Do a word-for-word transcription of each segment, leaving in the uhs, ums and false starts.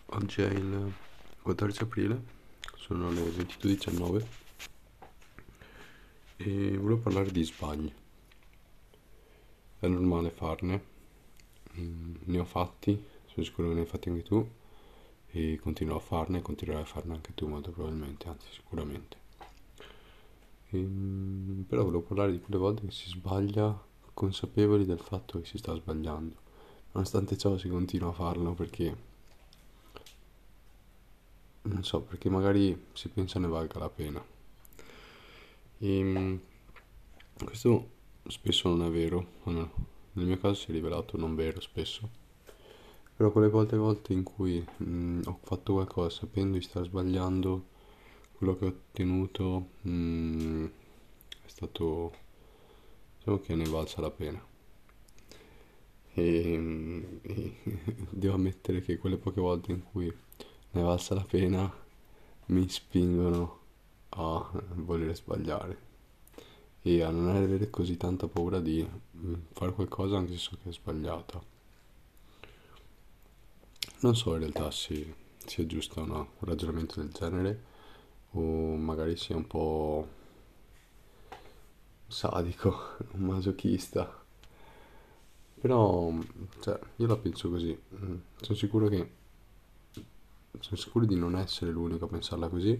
Oggi è il quattordici aprile, sono le ventidue e diciannove e volevo parlare di sbagli. È normale farne, mm, ne ho fatti, sono sicuro che ne hai fatti anche tu e continuerò a farne e continuerai a farne anche tu molto probabilmente, anzi sicuramente. Ehm, però volevo parlare di quelle volte che si sbaglia consapevoli del fatto che si sta sbagliando. Nonostante ciò si continua a farlo perché, non so, perché magari si pensa ne valga la pena. E questo spesso non è vero, almeno nel mio caso si è rivelato non vero spesso, però quelle volte volte in cui mh, ho fatto qualcosa sapendo di stare sbagliando, quello che ho ottenuto mh, è stato, diciamo che ne è valsa la pena. E, mh, e devo ammettere che quelle poche volte in cui ne è valsa la pena mi spingono a voler sbagliare e a non avere così tanta paura di mm, fare qualcosa anche se so che è sbagliata. Non so in realtà se sia giusto o no un ragionamento del genere o magari sia un po' sadico, un masochista, però cioè, io la penso così. Mm, sono sicuro che sono sicuro di non essere l'unico a pensarla così.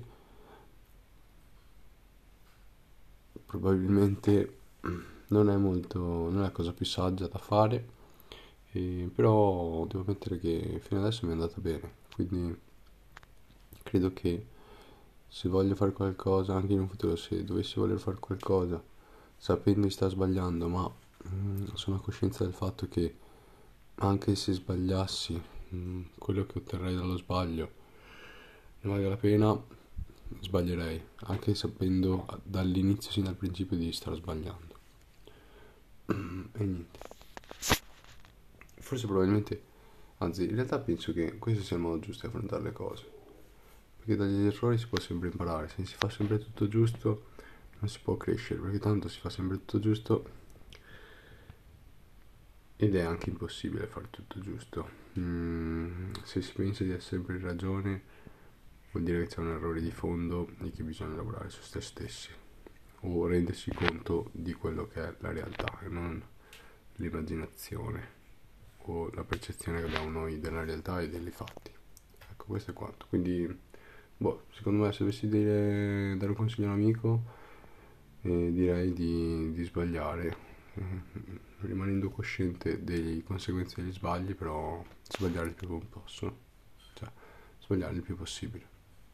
Probabilmente mm, non è molto, non è la cosa più saggia da fare. E però devo ammettere che fino adesso mi è andata bene, quindi credo che se voglio fare qualcosa, anche in un futuro, se dovessi voler fare qualcosa, sapendo di star sbagliando, ma mm, sono a coscienza del fatto che anche se sbagliassi, mm, quello che otterrei dallo sbaglio ne valga la pena, sbaglierei, anche sapendo dall'inizio, sin dal principio, di star sbagliando. E niente. Forse probabilmente, anzi, in realtà penso che questo sia il modo giusto di affrontare le cose. Perché dagli errori si può sempre imparare, se si fa sempre tutto giusto non si può crescere, perché tanto si fa sempre tutto giusto ed è anche impossibile fare tutto giusto. Mm, se si pensa di essere sempre in ragione vuol dire che c'è un errore di fondo e che bisogna lavorare su se stessi o rendersi conto di quello che è la realtà e non l'immaginazione o la percezione che abbiamo noi della realtà e dei fatti. Ecco, questo è quanto. Quindi, boh, secondo me se dovessi dire, dare un consiglio a un amico, eh, direi di, di sbagliare, eh, rimanendo cosciente delle conseguenze degli sbagli, però sbagliare il più posso, cioè sbagliare il più possibile.